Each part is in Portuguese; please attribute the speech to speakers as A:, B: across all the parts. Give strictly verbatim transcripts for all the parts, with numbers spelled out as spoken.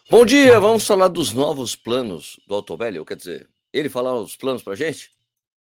A: Bom dia, vamos falar dos novos planos do Altobelli, ou quer dizer, ele falar os planos pra gente?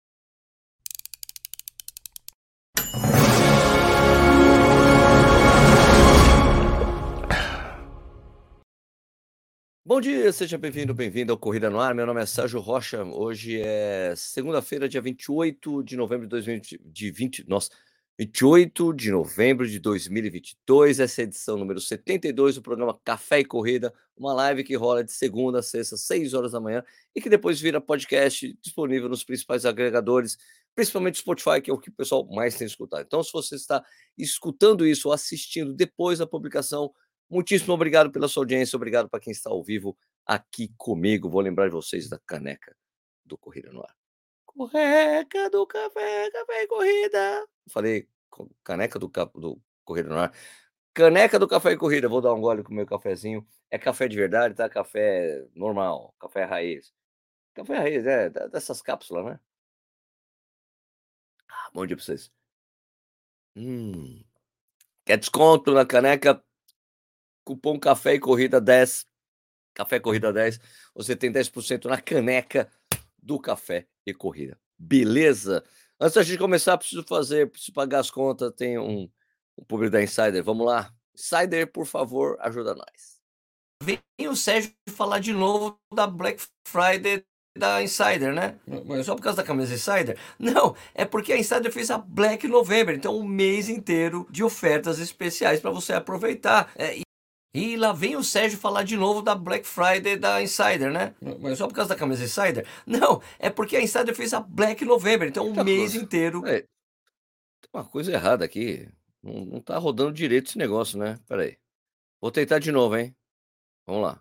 A: Bom dia, seja bem-vindo, bem-vinda ao Corrida no Ar. Meu nome é Sérgio Rocha. Hoje é segunda-feira, dia vinte e oito de novembro de dois mil e vinte, de vinte, nossa, vinte e oito de novembro de dois mil e vinte e dois. Essa é a edição número setenta e dois do programa Café e Corrida, uma live que rola de segunda a sexta, seis horas da manhã, e que depois vira podcast disponível nos principais agregadores, principalmente Spotify, que é o que o pessoal mais tem escutado. Então, se você está escutando isso ou assistindo depois da publicação, muitíssimo obrigado pela sua audiência, obrigado para quem está ao vivo aqui comigo. Vou lembrar vocês da caneca do Corrida no Ar. Correca do café, café e corrida. Falei co- caneca do, ca- do Corrida no Ar. Caneca do café e corrida. Vou dar um gole com o meu cafezinho. É café de verdade, tá? Café normal, café raiz. Café raiz, é, da- dessas cápsulas, né? Ah, bom dia pra vocês. Hum. Quer desconto na caneca? Cupom Café e Corrida dez. Café Corrida dez, você tem dez por cento na caneca do Café e Corrida. Beleza? Antes da gente começar, preciso fazer, preciso pagar as contas, tem um, um publi da Insider. Vamos lá? Insider, por favor, ajuda nós. Vem o Sérgio falar de novo da Black Friday da Insider, né? Mas só por causa da camisa Insider? Não, é porque a Insider fez a Black November, então um mês inteiro de ofertas especiais para você aproveitar. É, e lá vem o Sérgio falar de novo da Black Friday da Insider, né? Mas só por causa da camisa Insider? Não, é porque a Insider fez a Black November, então um Eita mês coisa. inteiro. Peraí, tem uma coisa errada aqui. Não, não tá rodando direito esse negócio, né? Peraí. Vou tentar de novo, hein? Vamos lá.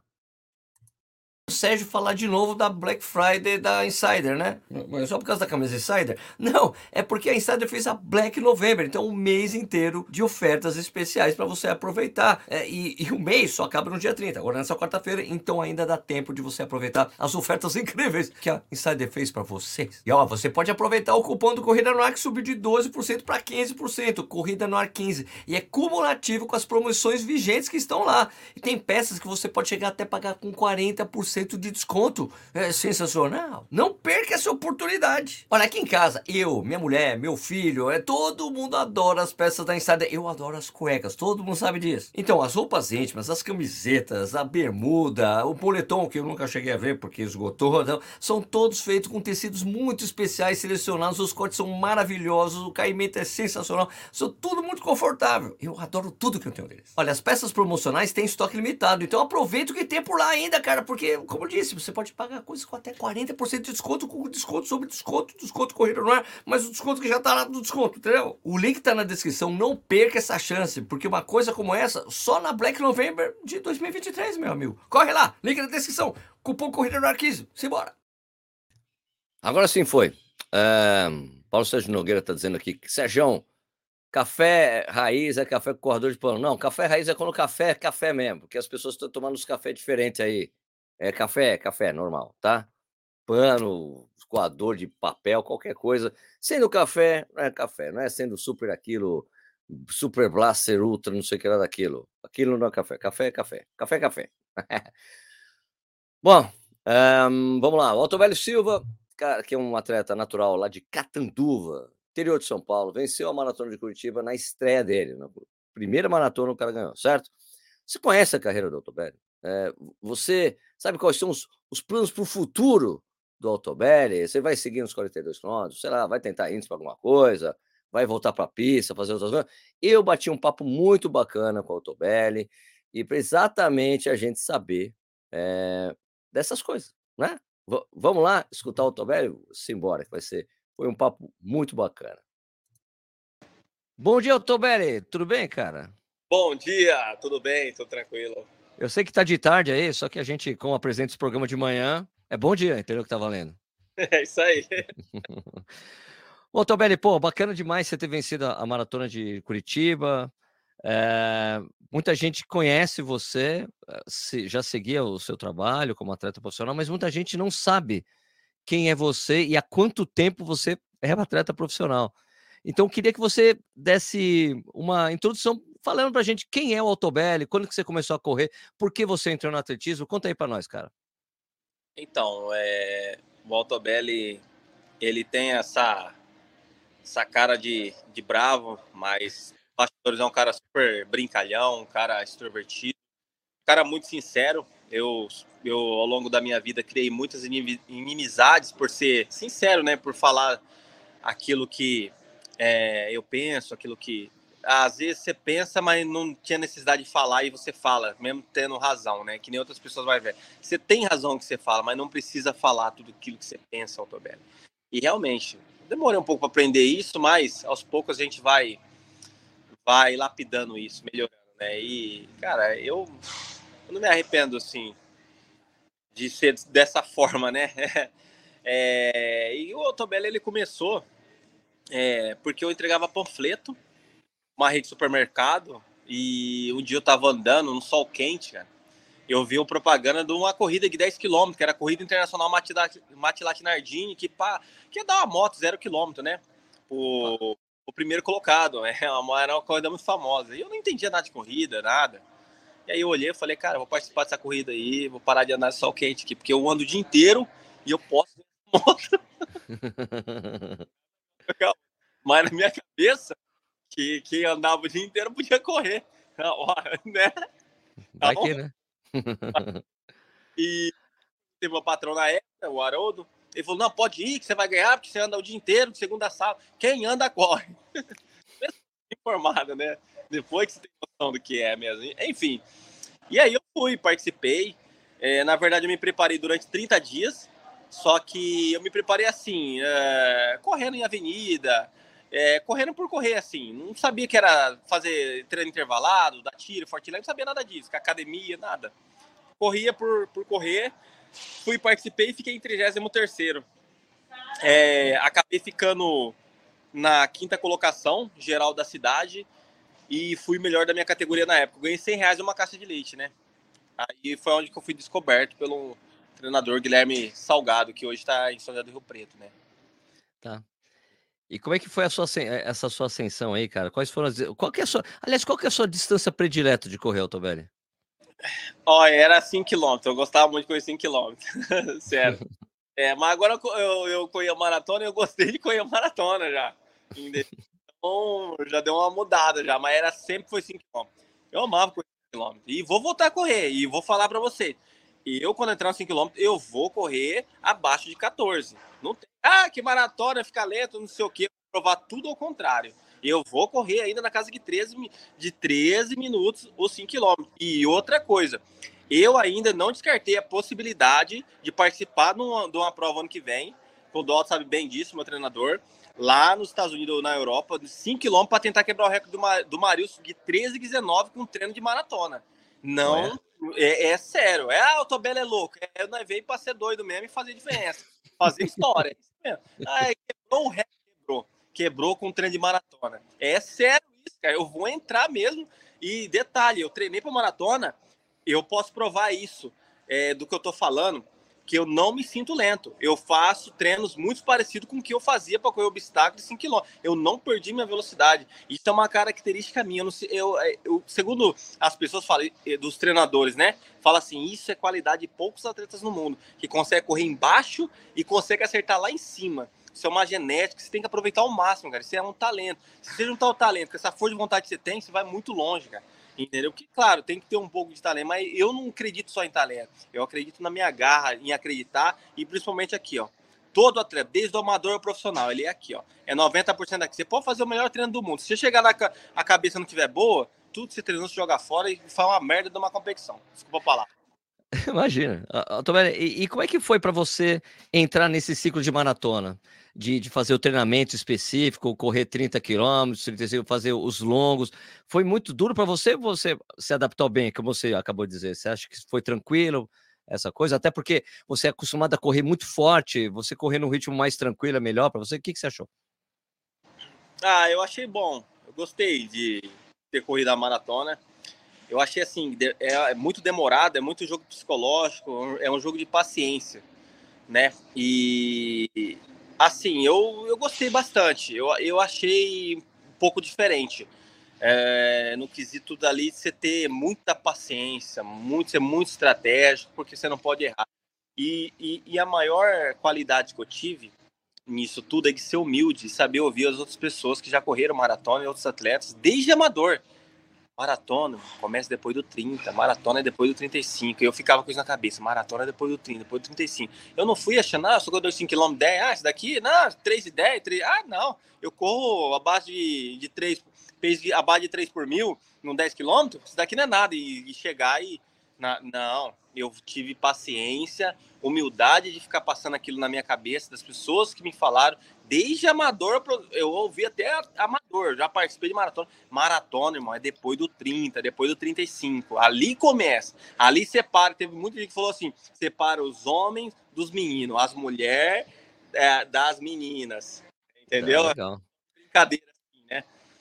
A: O Sérgio falar de novo da Black Friday da Insider, né? Mas só por causa da camisa Insider? Não, é porque a Insider fez a Black November, então um mês inteiro de ofertas especiais para você aproveitar. É, e, e o mês só acaba no dia trinta, agora nessa quarta-feira, então ainda dá tempo de você aproveitar as ofertas incríveis que a Insider fez para vocês. E ó, você pode aproveitar o cupom do Corrida no Ar que subiu de doze por cento para quinze por cento, Corrida no Ar quinze, e é cumulativo com as promoções vigentes que estão lá. E tem peças que você pode chegar até pagar com quarenta por cento de desconto. É sensacional. Não perca essa oportunidade. Olha, aqui em casa, eu, minha mulher, meu filho, é, todo mundo adora as peças da Insider. Eu adoro as cuecas, todo mundo sabe disso. Então, as roupas íntimas, as camisetas, a bermuda, o poletom, que eu nunca cheguei a ver porque esgotou, não, são todos feitos com tecidos muito especiais, selecionados. Os cortes são maravilhosos, o caimento é sensacional, são tudo muito confortável. Eu adoro tudo que eu tenho deles. Olha, as peças promocionais têm estoque limitado, então aproveita o que tem por lá ainda, cara, porque, como eu disse, você pode pagar coisas com até quarenta por cento de desconto, com desconto sobre desconto, desconto Corrida no Ar, mas o desconto que já tá lá no desconto, entendeu? O link tá na descrição, não perca essa chance, porque uma coisa como essa, só na Black November de dois mil e vinte e três, meu amigo. Corre lá, link na descrição, cupom Corrida no Ar quinze, simbora! Agora sim foi. É, Paulo Sérgio Nogueira tá dizendo aqui, Sérgio, café raiz é café com coador de pano. Não, café raiz é quando o café é café mesmo, porque as pessoas estão tomando uns cafés diferentes aí. É café, é café, normal, tá? Pano, coador de papel, qualquer coisa. Sendo café, não é café, não é sendo super aquilo, super blaster ultra, não sei o que era daquilo. Aquilo não é café. Café é café. Café é café. Bom, hum, vamos lá. O Altobelli Silva, cara, que é um atleta natural lá de Catanduva, interior de São Paulo, venceu a maratona de Curitiba na estreia dele. Na primeira maratona o cara ganhou, certo? Você conhece a carreira do Altobelli? É, você sabe quais são os, os planos para o futuro do Altobelli? Você vai seguir nos quarenta e dois quilômetros? Sei lá, vai tentar índice para alguma coisa? Vai voltar para a pista, fazer outras coisas? Eu bati um papo muito bacana com o Altobelli e para exatamente a gente saber é, dessas coisas, né? V vamos lá escutar o Altobelli? Simbora, que vai ser foi um papo muito bacana. Bom dia, Altobelli, tudo bem, cara?
B: Bom dia, tudo bem? Tudo tranquilo.
A: Eu sei que tá de tarde aí, só que a gente, como apresenta esse programa de manhã, é bom dia, entendeu o que tá valendo?
B: É isso aí.
A: Ô, Tobelli, pô, bacana demais você ter vencido a a maratona de Curitiba. Eh, muita gente conhece você, eh, se já seguia o seu trabalho como atleta profissional, mas muita gente não sabe quem é você e há quanto tempo você é atleta profissional. Então, queria que você desse uma introdução falando pra gente quem é o Altobelli, quando que você começou a correr, por que você entrou no atletismo? Conta aí pra nós, cara.
B: Então, é, o Altobelli, ele tem essa, essa cara de, de bravo, mas o Bastidores é um cara super brincalhão, um cara extrovertido, um cara muito sincero. Eu, eu, ao longo da minha vida, criei muitas inimizades por ser sincero, né? Por falar aquilo que é, eu penso, aquilo que às vezes você pensa, mas não tinha necessidade de falar e você fala, mesmo tendo razão, né? Que nem outras pessoas vão ver. Você tem razão que você fala, mas não precisa falar tudo aquilo que você pensa, Altobelli. E realmente, demorei um pouco para aprender isso, mas aos poucos a gente vai, vai lapidando isso, melhorando, né? E, cara, eu, eu não me arrependo, assim, de ser dessa forma, né? É, e o Altobelli, ele começou é, porque eu entregava panfleto, uma rede de supermercado, e um dia eu tava andando no sol quente, cara. Eu vi uma propaganda de uma corrida de dez quilômetros, que era a Corrida Internacional Matilat Nardini, que, pá, que ia dar uma moto zero quilômetro, né? O, o primeiro colocado. É uma, era uma corrida muito famosa. E eu não entendia nada de corrida, nada. E aí eu olhei e falei, cara, vou participar dessa corrida aí, vou parar de andar no sol quente aqui, porque eu ando o dia inteiro e eu posso ver moto. Mas na minha cabeça, que quem andava o dia inteiro podia correr, né?
A: Vai
B: Então,
A: que, né?
B: e teve uma patrão na época, o Haroldo, ele falou, não, pode ir, que você vai ganhar, porque você anda o dia inteiro, de segunda a sábado. Quem anda, corre. Informada, né? Depois que você tem noção do que é mesmo. Enfim, e aí eu fui, participei. É, na verdade, eu me preparei durante trinta dias, só que eu me preparei assim, é, correndo em avenida, é, correndo por correr, assim. Não sabia que era fazer treino intervalado, dar tiro, fortilândia, não sabia nada disso, que academia, nada. Corria por, por correr, fui, participei e fiquei em trigésimo terceiro. É, acabei ficando na quinta colocação geral da cidade e fui melhor da minha categoria na época. Ganhei cem reais e uma caixa de leite, né? Aí foi onde que eu fui descoberto pelo treinador Guilherme Salgado, que hoje está em São José do Rio Preto, né?
A: Tá. E como é que foi a sua ascen eh, essa sua ascensão aí, cara? Quais foram as qual que é a sua aliás, qual que é a sua distância predileta de correr, Altobelli?
B: Ó, era cinco quilômetros, eu gostava muito de correr cinco quilômetros, sério. É, mas agora eu, eu corri a maratona e eu gostei de correr a maratona já. Então, já deu uma mudada já, mas era sempre foi cinco quilômetros. Eu amava correr cinco quilômetros. E vou voltar a correr, e vou falar pra você. E eu, quando entrar no cinco quilômetros, eu vou correr abaixo de quatorze. Não tem, ah, que maratona, fica lento, não sei o quê. Vou provar tudo ao contrário. Eu vou correr ainda na casa de treze, de treze minutos os cinco quilômetros. E outra coisa, eu ainda não descartei a possibilidade de participar de uma, de uma prova ano que vem. O Dot sabe bem disso, meu treinador. Lá nos Estados Unidos ou na Europa, de cinco quilômetros para tentar quebrar o recorde do, do Marilson de treze e dezenove com treino de maratona.
A: Olha.
B: Não, é, é sério. É, ah, o Tobela é louco. É, eu não veio para ser doido mesmo e fazer diferença. Fazer história. É isso mesmo. Ah, quebrou o recorde, quebrou. Quebrou com treino de maratona. É sério isso, cara. Eu vou entrar mesmo. E detalhe, eu treinei para maratona, eu posso provar isso é, do que eu tô falando, que eu não me sinto lento. Eu faço treinos muito parecidos com o que eu fazia para correr obstáculo de cinco quilômetros. Eu não perdi minha velocidade. Isso é uma característica minha. Eu não sei, eu, eu, segundo as pessoas falam, dos treinadores, né? Fala assim, isso é qualidade de poucos atletas no mundo, que consegue correr embaixo e consegue acertar lá em cima. Isso é uma genética, você tem que aproveitar ao máximo, cara. Isso é um talento. Se você juntar o talento com essa força de vontade que você tem, você vai muito longe, cara. Entendeu? Porque, claro, tem que ter um pouco de talento, mas eu não acredito só em talento. Eu acredito na minha garra, em acreditar, e principalmente aqui, ó. Todo atleta, desde o amador ao profissional, ele é aqui, ó. É noventa por cento aqui. Você pode fazer o melhor treino do mundo. Se você chegar na a cabeça não tiver boa, tudo que você treinou, você joga fora e faz uma merda de uma competição. Desculpa a palavra.
A: Imagina. A Altobelli, e e como é que foi para você entrar nesse ciclo de maratona? De de fazer o treinamento específico, correr trinta quilômetros, trinta e cinco, fazer os longos. Foi muito duro para você ou você se adaptou bem, como você acabou de dizer? Você acha que foi tranquilo essa coisa? Até porque você é acostumado a correr muito forte, você correr num ritmo mais tranquilo é melhor para você? O que que você achou?
B: Ah, eu achei bom. Eu gostei de ter corrido a maratona. Eu achei assim, é, é muito demorado, é muito jogo psicológico, é um jogo de paciência, né? E assim, eu, eu gostei bastante. Eu, eu achei um pouco diferente. é, no quesito dali você ter muita paciência, muito, ser muito estratégico, porque você não pode errar. E, e, e a maior qualidade que eu tive nisso tudo é de ser humilde, saber ouvir as outras pessoas que já correram maratona e outros atletas, desde amador. Maratona começa depois do trinta, maratona é depois do trinta e cinco. E eu ficava com isso na cabeça, maratona é depois do trinta, depois do trinta e cinco. Eu não fui achando, ah, sou corredor de cinco quilômetros, dez, ah, esse daqui, não, três e dez, três, ah, não, eu corro a base de, de três, a base de três por mil, num dez quilômetros, isso daqui não é nada, e, e chegar e, na, não, eu tive paciência, humildade de ficar passando aquilo na minha cabeça, das pessoas que me falaram, desde amador, eu ouvi até amador, já participei de maratona. Maratona, irmão, é depois do trinta, depois do trinta e cinco. Ali começa. Ali separa. Teve muita gente que falou assim: separa os homens dos meninos, as mulheres é, das meninas. Entendeu?
A: É, legal.
B: Brincadeira assim, né?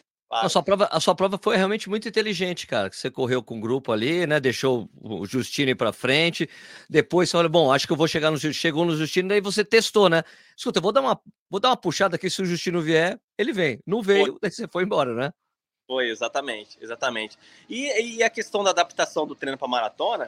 A: A sua prova, a sua prova foi realmente muito inteligente, cara, que você correu com o grupo ali, né, deixou o Justino ir pra frente, depois você olha, bom, acho que eu vou chegar no chegou no Justino, daí você testou, né? Escuta, eu vou dar uma, vou dar uma puxada aqui, se o Justino vier, ele vem. Não veio,
B: Foi,
A: daí você foi embora, né?
B: foi exatamente, exatamente. E, e a questão da adaptação do treino para maratona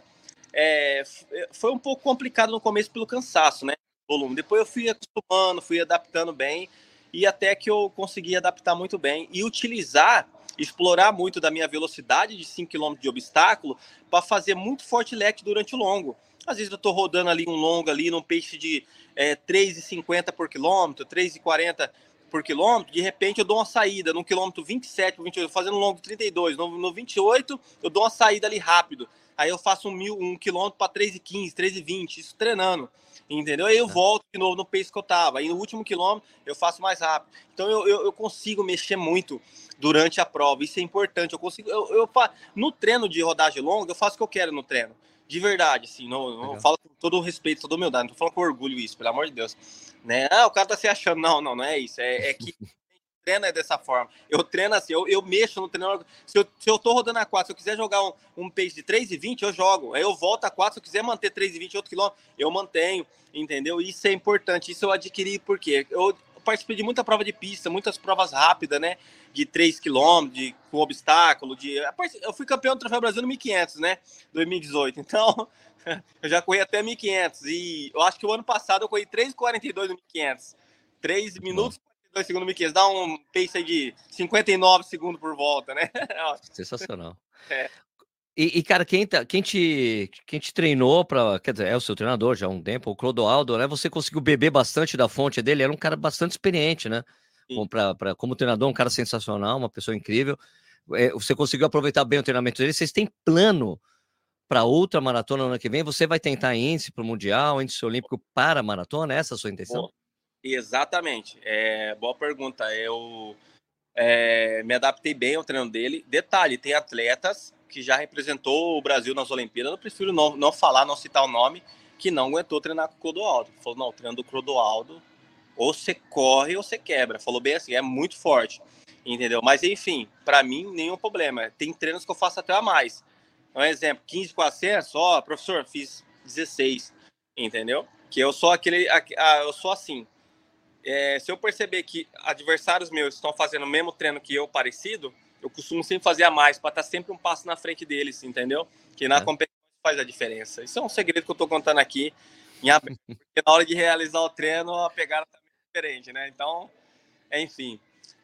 B: é, foi um pouco complicado no começo pelo cansaço, né? Volume. Depois eu fui acostumando, fui adaptando bem, e até que eu consegui adaptar muito bem e utilizar, explorar muito da minha velocidade de cinco quilômetros de obstáculo para fazer muito forte leque durante o longo. Às vezes eu estou rodando ali um longo ali num pace de é, três e cinquenta por quilômetro, três e quarenta por quilômetro, de repente eu dou uma saída no quilômetro vinte e sete, vinte e oito, fazendo um longo de trinta e dois, no, no vinte e oito eu dou uma saída ali rápido, aí eu faço um, mil, um quilômetro para três e quinze, três e vinte, isso treinando. Entendeu? Aí eu volto de novo no pace que eu tava. Aí no último quilômetro eu faço mais rápido. Então eu, eu, eu consigo mexer muito durante a prova. Isso é importante. Eu consigo. Eu, eu, no treino de rodagem longa, eu faço o que eu quero no treino. De verdade, assim. Não, não falo com todo o respeito, toda humildade. Não tô falando com orgulho isso, pelo amor de Deus. Né? Ah, o cara tá se achando. Não, não, não é isso. É, é que treino é dessa forma. Eu treino assim, eu, eu mexo no treino. Se eu, se eu tô rodando a quatro, se eu quiser jogar um, um pace de três e vinte, eu jogo. Aí eu volto a quatro, se eu quiser manter três e vinte outro quilômetro, eu mantenho, entendeu? Isso é importante, isso eu adquiri porque eu participei de muita prova de pista, muitas provas rápidas, né? De três quilômetros, de, com obstáculo, de... Eu fui campeão do Troféu Brasil no mil e quinhentos, né? dois mil e dezoito, então... Eu já corri até mil e quinhentos e eu acho que o ano passado eu corri três e quarenta e dois no mil e quinhentos. três minutos dois segundos mil e quinhentos, dá um pace aí de cinquenta e nove segundos por volta, né?
A: Sensacional.
B: É.
A: E, e, cara, quem, tá, quem, te, quem te treinou para, quer dizer, é o seu treinador já há um tempo, o Clodoaldo, né? Você conseguiu beber bastante da fonte dele, era um cara bastante experiente, né? Como, pra, pra, como treinador, um cara sensacional, uma pessoa incrível. É, você conseguiu aproveitar bem o treinamento dele. Vocês têm plano para outra maratona no ano que vem? Você vai tentar índice para o Mundial, índice olímpico para a maratona? Essa é a sua intenção?
B: Boa. Exatamente. É, boa pergunta. Eu é, me adaptei bem ao treino dele. Detalhe, tem atletas que já representou o Brasil nas Olimpíadas. Eu prefiro não, não falar, não citar o nome, que não aguentou treinar com o Clodoaldo. Falou, não, o treino do Clodoaldo, ou você corre ou você quebra. Falou bem assim, é muito forte. Entendeu? Mas enfim, para mim, nenhum problema. Tem treinos que eu faço até a mais. Um exemplo, quinze quatrocentos, ó, professor, fiz dezesseis, entendeu? Que eu sou aquele, eu sou assim. É, se eu perceber que adversários meus estão fazendo o mesmo treino que eu, parecido, eu costumo sempre fazer a mais, para estar sempre um passo na frente deles, entendeu? Que na é. competição faz a diferença. Isso é um segredo que eu estou contando aqui em aberto, porque na hora de realizar o treino, a pegada tá diferente, né? Então, enfim.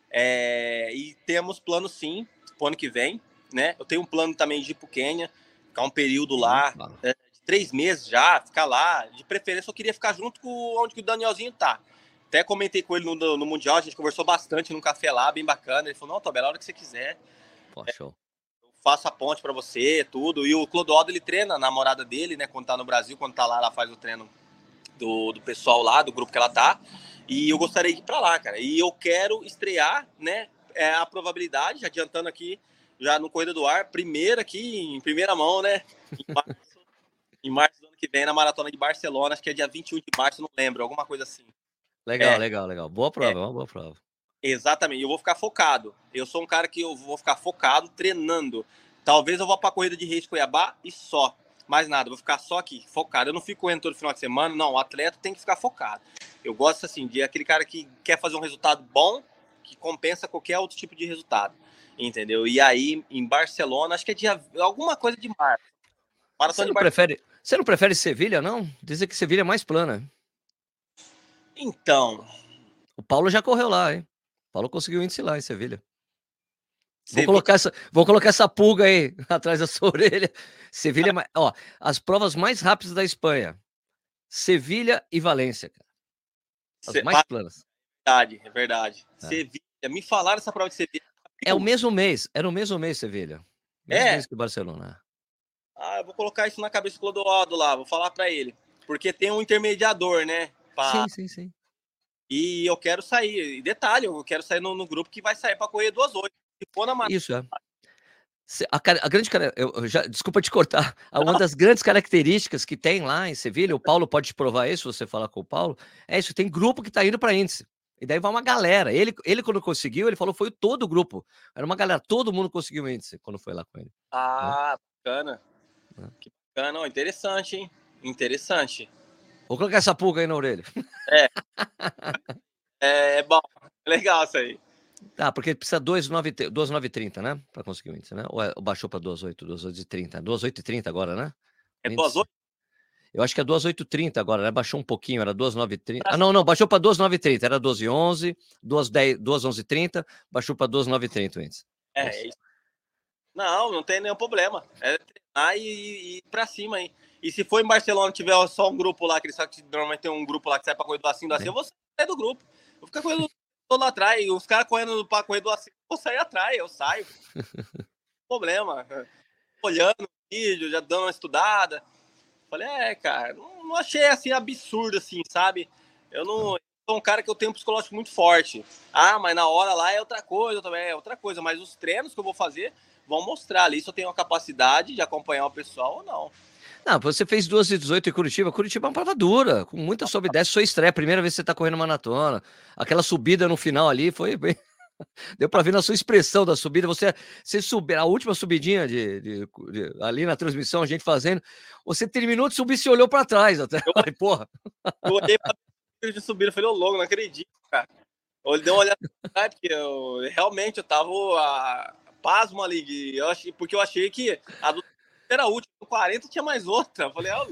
B: É, e temos plano sim, pro ano que vem, né? Eu tenho um plano também de ir pro Quênia, ficar um período lá, é, de três meses já, ficar lá. De preferência, eu queria ficar junto com onde que o Danielzinho tá. Até comentei com ele no, no Mundial, a gente conversou bastante num café lá, bem bacana. Ele falou, não, Tobela, a hora que você quiser.
A: Pô, show.
B: É, eu faço a ponte para você, tudo. E o Clodoaldo, ele treina a namorada dele, né? Quando tá no Brasil, quando tá lá, ela faz o treino do, do pessoal lá, do grupo que ela tá. E eu gostaria de ir para lá, cara. E eu quero estrear, né? É a probabilidade, adiantando aqui, já no Corrida do Ar, primeiro aqui, em primeira mão, né? Em março, em março do ano que vem, na Maratona de Barcelona, acho que é dia vinte e um de março, não lembro, alguma coisa assim.
A: Legal, é, legal, legal. Boa prova, é uma boa prova.
B: Exatamente, eu vou ficar focado. Eu sou um cara que eu vou ficar focado, treinando. Talvez eu vá para a corrida de Reis Cuiabá e só. Mais nada, eu vou ficar só aqui, focado. Eu não fico correndo todo final de semana, não. O atleta tem que ficar focado. Eu gosto, assim, de aquele cara que quer fazer um resultado bom, que compensa qualquer outro tipo de resultado. entendeu? E aí, em Barcelona, acho que é dia, alguma coisa de março.
A: Você não, prefere, você não prefere Sevilha, não? Dizem que Sevilha é mais plana.
B: Então...
A: O Paulo já correu lá, hein? O Paulo conseguiu índice lá em Sevilha. Vou
B: Sevilha...
A: colocar, essa, vou colocar essa pulga aí atrás da sua orelha. Sevilha, ó, as provas mais rápidas da Espanha. Sevilha e Valência, cara. As
B: Se...
A: mais planas.
B: É verdade, é verdade.
A: É.
B: Sevilha, me falaram essa prova de Sevilha.
A: É o mesmo mês, era o mesmo mês, Sevilha. Mesmo
B: É?
A: mês que o Barcelona.
B: Ah, eu vou colocar isso na cabeça do Clodoaldo lá, vou falar pra ele. Porque tem um intermediador, né? Pra...
A: Sim, sim, sim.
B: E eu quero sair. E detalhe, eu quero sair no, no grupo que vai sair pra correr duas oito. Se for na
A: Isso, é. A, a grande cara, eu já, desculpa te cortar. Uma das grandes características que tem lá em Sevilha, o Paulo pode te provar isso, se você falar com o Paulo, é isso, tem grupo que tá indo para índice. E daí vai uma galera. Ele, ele quando conseguiu, ele falou foi todo o grupo. Era uma galera, todo mundo conseguiu índice quando foi lá com ele.
B: Ah, bacana.
A: É.
B: Que bacana, ó, interessante, hein? Interessante.
A: Vou colocar essa pulga aí na orelha.
B: É. É, é bom. Legal isso aí.
A: Tá, porque precisa dois nove e trinta, né? Pra conseguir o índice, né? Ou, é, ou baixou pra duas oito, duas oito e trinta. duas oito e trinta agora, né?
B: É duas oito?
A: Eu acho que é duas oito e trinta agora, né? Baixou um pouquinho, era duas nove e trinta. Ah, não, não, baixou para duas nove e trinta, era doze e onze, duas onze e trinta, baixou para duas nove e trinta o índice.
B: É, é isso. Não, não tem nenhum problema. É treinar e, e ir pra cima aí. E se for em Barcelona tiver só um grupo lá, que eles sabem que normalmente tem um grupo lá que sai pra correr do assim, do assim, eu vou sair do grupo. Eu vou ficar correndo todo lá atrás. E os caras correndo pra correr do assim, eu vou sair atrás, eu saio. Não tem problema. Olhando o vídeo, já dando uma estudada. Falei, é, cara, não, não achei assim absurdo, assim, sabe? Eu não. Sou um cara que eu tenho um psicológico muito forte. Ah, mas na hora lá é outra coisa também, é outra coisa. Mas os treinos que eu vou fazer vão mostrar ali se eu tenho a capacidade de acompanhar o pessoal ou não.
A: Não, você fez duas e dezoito em Curitiba. Curitiba é uma prova dura, com muita sobe e desce. Sua estreia, primeira vez que você tá correndo maratona. Aquela subida no final ali foi bem. Deu para ver na sua expressão da subida. Você, você subir, a última subidinha de, de, de, ali na transmissão, a gente fazendo. Você terminou de subir e se olhou para trás até.
B: Eu,
A: falei, porra.
B: Eu olhei pra de subir, eu falei, ô louco, não acredito, cara. Eu dei uma olhada, porque eu realmente eu tava a, pasmo ali, de, eu achei, porque eu achei que a do era a última, no quarenta tinha mais outra. Eu falei, ó,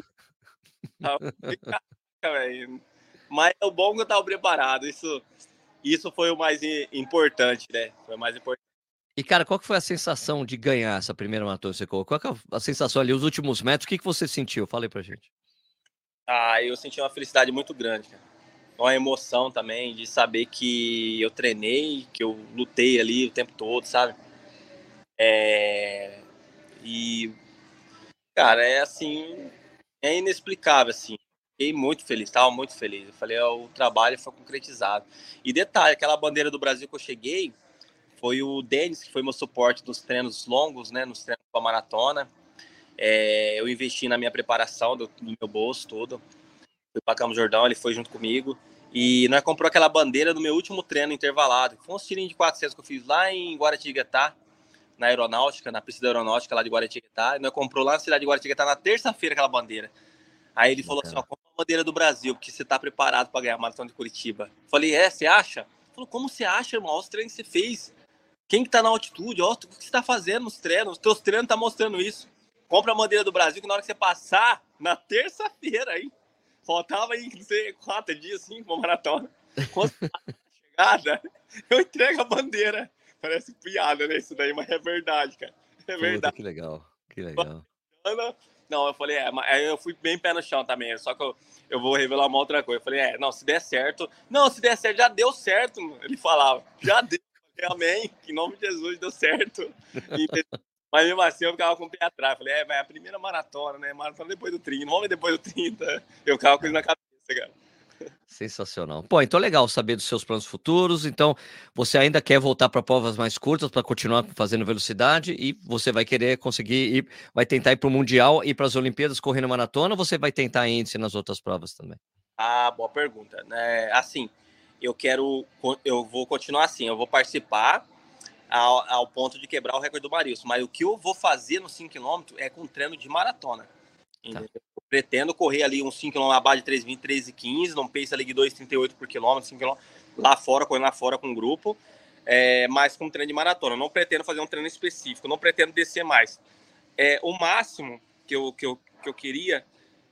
B: oh, mas é o bom que eu tava preparado. Isso, isso foi o mais importante, né? Foi o mais importante.
A: E, cara, qual que foi a sensação de ganhar essa primeira maratona que você colocou? Qual que é a sensação ali, os últimos metros? O que, que você sentiu? Fala aí pra gente.
B: Ah, eu senti uma felicidade muito grande, cara. Uma emoção também de saber que eu treinei, que eu lutei ali o tempo todo, sabe? É... E, cara, é assim, é inexplicável, assim. Fiquei muito feliz, estava muito feliz. Eu falei, ó, o trabalho foi concretizado. E detalhe, aquela bandeira do Brasil que eu cheguei, foi o Denis, que foi meu suporte nos treinos longos, né, nos treinos para maratona. É, eu investi na minha preparação, do, do meu bolso todo. Fui para Campos do Jordão, ele foi junto comigo. E nós comprou aquela bandeira no meu último treino intervalado. Foi um tirinho de quatrocentos que eu fiz lá em Guaratinguetá, na aeronáutica, na pista da aeronáutica lá de Guaratinguetá. E nós comprou lá na cidade de Guaratinguetá na terça-feira aquela bandeira. Aí ele falou assim, ó, compra a bandeira do Brasil, porque você tá preparado para ganhar a maratona de Curitiba. Falei, é, você acha? Ele falou, como você acha, irmão? Olha os treinos que você fez. Quem que tá na altitude? Olha o que você tá fazendo nos treinos. Os teus treinos tá mostrando isso. Compra a bandeira do Brasil, que na hora que você passar, na terça-feira, hein? Faltava aí, não sei, quatro dias, assim, com a maratona. Quando a chegada, eu entrego a bandeira. Parece piada, né, isso daí, mas é verdade, cara. É verdade.
A: Puta, que legal, que legal.
B: Não, eu falei, é, eu fui bem pé no chão também, só que eu, eu vou revelar uma outra coisa. Eu falei, é, não, se der certo... Não, se der certo, já deu certo, ele falava. Já deu, amém, que em nome de Jesus deu certo. E, mas mesmo assim eu ficava com o pé atrás. Falei, é, mas é a primeira maratona, né? Maratona depois do trinta, vamos ver depois do trinta. Eu ficava com isso na cabeça, cara.
A: Sensacional. Pô, então legal saber dos seus planos futuros. Então, você ainda quer voltar para provas mais curtas para continuar fazendo velocidade e você vai querer conseguir ir, vai tentar ir para o Mundial e para as Olimpíadas correndo maratona ou você vai tentar índice nas outras provas também?
B: Ah, boa pergunta. É, assim, eu quero, eu vou continuar assim, eu vou participar ao, ao ponto de quebrar o recorde do Marilson, mas o que eu vou fazer nos cinco quilômetros é com treino de maratona. Tá. Eu pretendo correr ali uns cinco quilômetros na base de três vinte, três quinze, não pace ali de dois trinta e oito por quilômetro, cinco quilômetros, lá fora, correndo lá fora com o grupo. é, mais como treino de maratona. Eu não pretendo fazer um treino específico, não pretendo descer mais. É, o máximo que eu, que eu, que eu queria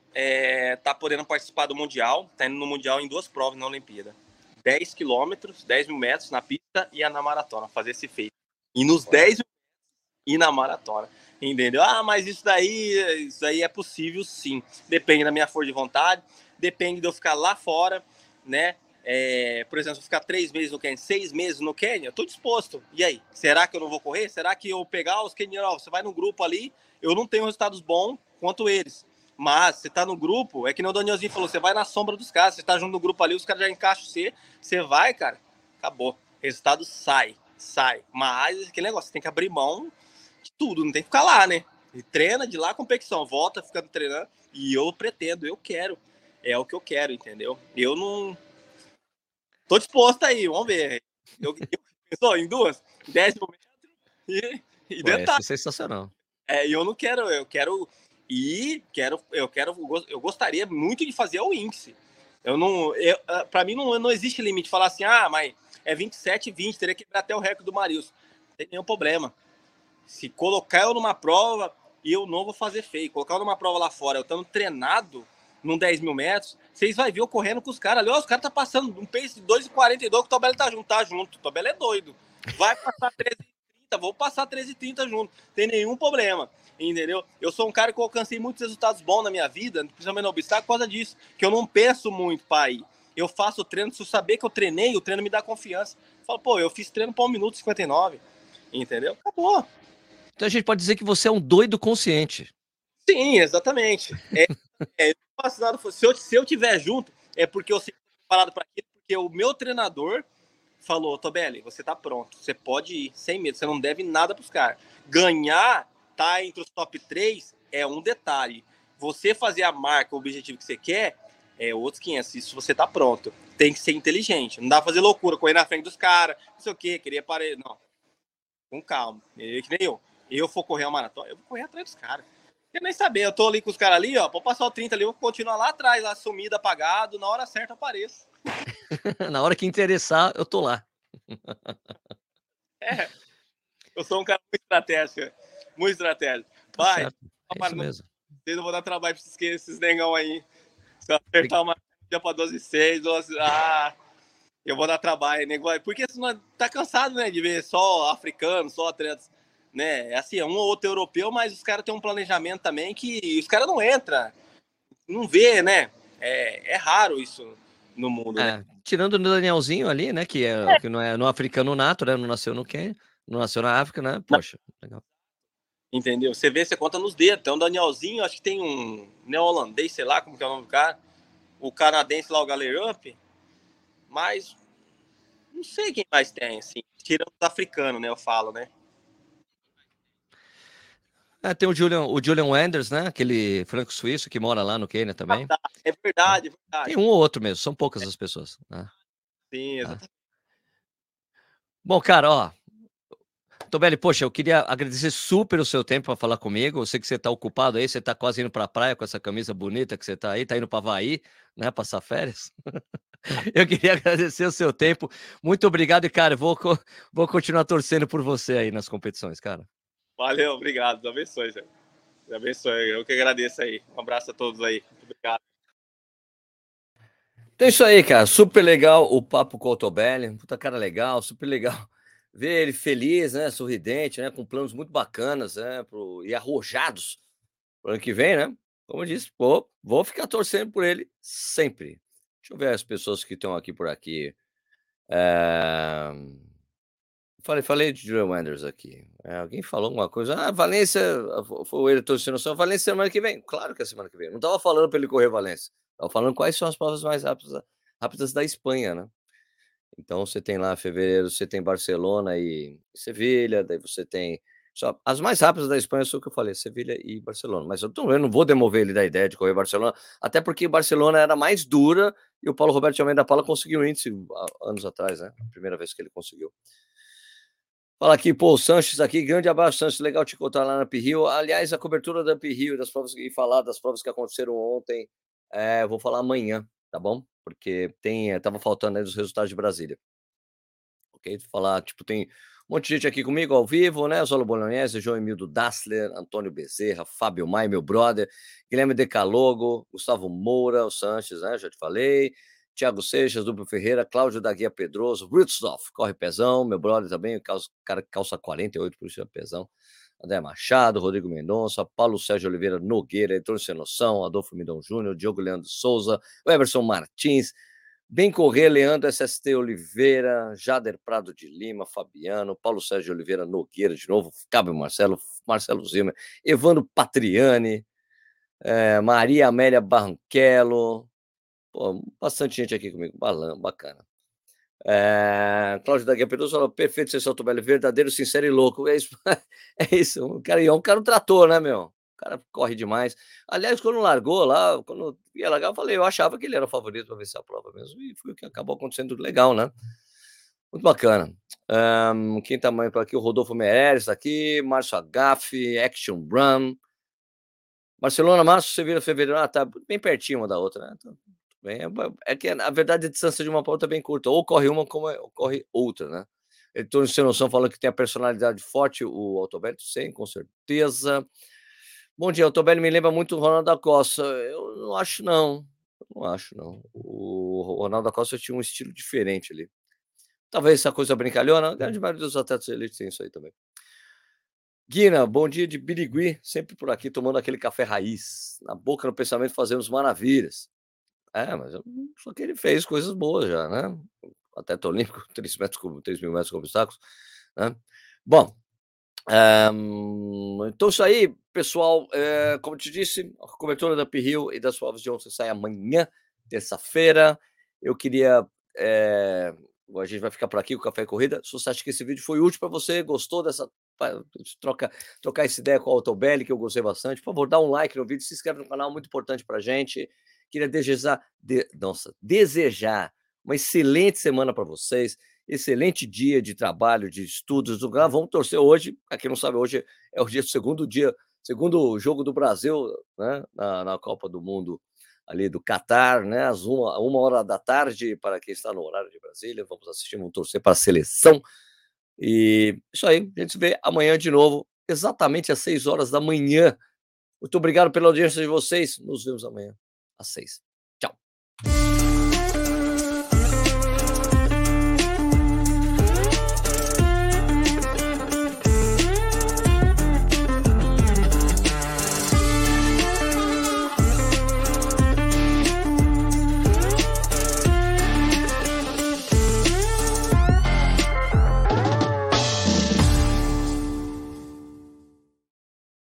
B: é tá podendo participar do Mundial, tá indo no Mundial em duas provas na Olimpíada. dez quilômetros, dez mil metros na pista e na maratona, fazer esse feito. E nos
A: Ué.
B: dez e na maratona. Entendeu? Ah, mas isso daí, isso daí é possível sim. Depende da minha força de vontade, depende de eu ficar lá fora, né? É, por exemplo, se eu ficar três meses no Quênia, seis meses no Quênia, eu tô disposto. E aí? Será que eu não vou correr? Será que eu pegar os quenianos, você vai no grupo ali, eu não tenho resultados bons quanto eles. Mas você tá no grupo, é que nem o Danielzinho falou, você vai na sombra dos caras, você tá junto no grupo ali, os caras já encaixam você, você vai, cara, acabou. Resultado sai, sai. Mas aquele negócio, você tem que abrir mão de tudo, não tem que ficar lá, né? E treina de lá a competição, volta ficando treinando. E eu pretendo, eu quero. É o que eu quero, entendeu? Eu não. Tô disposto aí, vamos ver. Eu, eu pensou em duas? dez mil metros e, e
A: Ué, isso
B: detalhe.
A: é sensacional.
B: É, eu não quero, eu quero ir, quero, eu quero, eu gostaria muito de fazer o índice. Eu não, eu, para mim não, não existe limite. Falar assim, ah, mas é vinte e sete, vinte, teria que quebrar até o recorde do Marilson. Não tem nenhum problema. Se colocar eu numa prova, eu não vou fazer feio. Colocar eu numa prova lá fora, eu estando treinado num dez mil metros, vocês vão ver eu correndo com os caras ali. Ó, os caras tá passando um pace de dois e quarenta e dois, que o Tobelo tá junto, tá junto. O Tobelo é doido. Vai passar treze e trinta, vou passar treze e trinta junto. Tem nenhum problema. Entendeu? Eu sou um cara que eu alcancei muitos resultados bons na minha vida, principalmente no obstáculo, por causa disso. Que eu não penso muito para ir. Eu faço o treino, se eu saber que eu treinei, o treino me dá confiança. Eu falo, pô, eu fiz treino para um minuto e cinquenta e nove. Entendeu? Acabou.
A: Então a gente pode dizer que você é um doido consciente.
B: Sim, exatamente. É, é, se, eu, se eu tiver junto, é porque eu sei preparado para aquilo, porque o meu treinador falou, Tobelli, você tá pronto, você pode ir, sem medo, você não deve nada para os caras. Ganhar, tá entre os top três, é um detalhe. Você fazer a marca, o objetivo que você quer, é outros quinhentos. Isso você tá pronto. Tem que ser inteligente. Não dá pra fazer loucura, correr na frente dos caras, não sei o quê, querer parar. Não. Com calma. É que nem eu. Eu for correr uma maratona, eu vou correr atrás dos caras. Quer nem saber, eu tô ali com os caras ali, ó, vou passar o trinta ali, eu vou continuar lá atrás, lá sumido, apagado, na hora certa eu apareço.
A: Na hora que interessar, eu tô lá.
B: É, eu sou um cara muito estratégico, muito estratégico.
A: Tá
B: Vai,
A: certo, é isso mesmo.
B: vocês não vão dar trabalho pra esses, esses negão aí. Se eu acertar uma dia pra doze e seis, doze, ah, eu vou dar trabalho, nego. Porque senão tá cansado, né, de ver só africano, só atletas, né? É assim, é um ou outro europeu, mas os caras têm um planejamento também que os caras não entram, não vê, né? É, é raro isso no mundo, né?
A: É, tirando o Danielzinho ali, né, que é que não é no africano nato, né, não nasceu no Quênia, não nasceu na África, né, poxa, legal.
B: Entendeu? Você vê, você conta nos dedos. Tem um Danielzinho, acho que tem um neozelandês, sei lá como que é o nome do cara. O canadense lá, o Galeramp. Mas não sei quem mais tem, assim. Tirando os africanos, né? Eu falo, né?
A: É, tem o Julian, o Julian Wenders, né, aquele franco-suíço que mora lá no Quênia
B: Ah,
A: também.
B: tá. É
A: Tá.
B: verdade, é
A: Tem
B: verdade.
A: um ou outro mesmo, são poucas as pessoas, né,
B: Sim,
A: tá.
B: exatamente.
A: Bom, cara, ó, Tobelli, poxa, eu queria agradecer super o seu tempo para falar comigo. Eu sei que você tá ocupado aí, você tá quase indo pra praia com essa camisa bonita que você tá aí, tá indo pra Havaí, né, passar férias. Eu queria agradecer o seu tempo. Muito obrigado e, cara, vou co vou continuar torcendo por você aí nas competições, cara.
B: Valeu, obrigado. Deus abençoe, Zé. Deus abençoe. Eu que agradeço aí. Um abraço a todos aí. Muito obrigado.
A: Então é isso aí, cara. Super legal o papo com o Tobelli. Puta cara legal, super legal ver ele feliz, né, sorridente, né, com planos muito bacanas, né, pro e arrojados para o ano que vem, né. Como eu disse, vou vou ficar torcendo por ele sempre. Deixa eu ver as pessoas que estão aqui por aqui. Eh, falei falei de Julian Wenders aqui. Eh, alguém falou alguma coisa: "Ah, Valência", fo foi o Ayrton Senna, "Valência semana que vem". Claro que é semana que vem. Não estava falando para ele correr Valência, estava falando quais são as provas mais rápidas rápidas da Espanha, né. Então você tem lá fevereiro, você tem Barcelona e Sevilha, daí você tem só as mais rápidas da Espanha são o que eu falei, Sevilha e Barcelona, mas eu tô eu não vou demover ele da ideia de correr Barcelona, até porque Barcelona era mais dura e o Paulo Roberto de Almeida Paula conseguiu o índice há anos atrás, né, a primeira vez que ele conseguiu. Fala aqui, pô, o Sanches aqui, grande abraço, Sanches, legal te encontrar lá na Uphill. Aliás, a cobertura da Uphill, das provas e falar das provas que aconteceram ontem, eh, vou falar amanhã, tá bom? Porque tem estava faltando aí os resultados de Brasília. ok? Falar, tipo, tem um monte de gente aqui comigo ao vivo, né? Zolo Bolognese, João Emildo Dassler, Antônio Bezerra, Fábio Maia, meu brother, Guilherme Decalogo, Gustavo Moura, o Sanches, né? Já te falei. Thiago Seixas, Duplo Ferreira, Cláudio da Guia Pedroso, Ritzoff, Corre Pezão, meu brother também, o cara que calça quarenta e oito, por isso é pezão. André Machado, Rodrigo Mendonça, Paulo Sérgio Oliveira Nogueira, Heitor Sem Noção, Adolfo Midão Júnior, Diogo Leandro Souza, Everson Martins, Bem Correr, Leandro S S T Oliveira, Jader Prado de Lima, Fabiano, Paulo Sérgio Oliveira Nogueira, de novo, Cábio Marcelo, Marcelo Zimmer, Evandro Patriani, é, Maria Amélia Barranquelo, pô, bastante gente aqui comigo, bacana. É, Cláudio da Guia Pedroso falou, perfeito, ser Salto Belo, verdadeiro, sincero e louco. É isso, é isso. O cara, é um cara um trator, né, meu? O cara corre demais. Aliás, quando largou lá, quando ia largar, eu falei, eu achava que ele era o favorito para vencer a prova mesmo. E foi o que acabou acontecendo legal, né? Muito bacana. Um, quem tá mais por aqui? O Rodolfo Meirelles tá aqui, Márcio Agafe, Action Run. Barcelona, março, Sevilha, fevereiro. Ah, tá bem pertinho uma da outra, né? Então, bem, é, é que, na verdade, a distância de uma para outra é bem curta. Ou corre uma, como é, corre outra, né? Heitor Sem Noção falando que tem a personalidade forte, o Altobelli, sim, com certeza. Bom dia, Altobelli me lembra muito o Ronaldo da Costa. Eu não acho, não. Eu não acho, não. O Ronaldo da Costa tinha um estilo diferente ali. Talvez essa coisa brincalhona, a grande maioria dos atletas elite tem isso aí também. Guina, bom dia de Birigui, sempre por aqui tomando aquele café raiz. Na boca, no pensamento, fazemos maravilhas. É, mas só que ele fez coisas boas já, né? Atleta olímpico, três mil metros com obstáculos, né? Bom, um, então isso aí, pessoal, é, como te disse, a cobertura da P-Hill e das provas de ontem sai amanhã, terça-feira. Eu queria... É, a gente vai ficar por aqui com o Café e Corrida. Se você acha que esse vídeo foi útil para você, gostou dessa troca, trocar essa ideia com o Altobelli, que eu gostei bastante, por favor, dá um like no vídeo, se inscreve no canal, muito importante para a gente. Queria desejar, de, nossa, desejar uma excelente semana para vocês, excelente dia de trabalho, de estudos. Vamos torcer hoje, para quem não sabe, hoje é o dia segundo dia, segundo jogo do Brasil, né, na, na Copa do Mundo ali do Catar, né, às uma, uma hora da tarde, para quem está no horário de Brasília. Vamos assistir, vamos torcer para a seleção. E isso aí, a gente se vê amanhã de novo, exatamente às seis horas da manhã. Muito obrigado pela audiência de vocês. Nos vemos amanhã às seis. Tchau.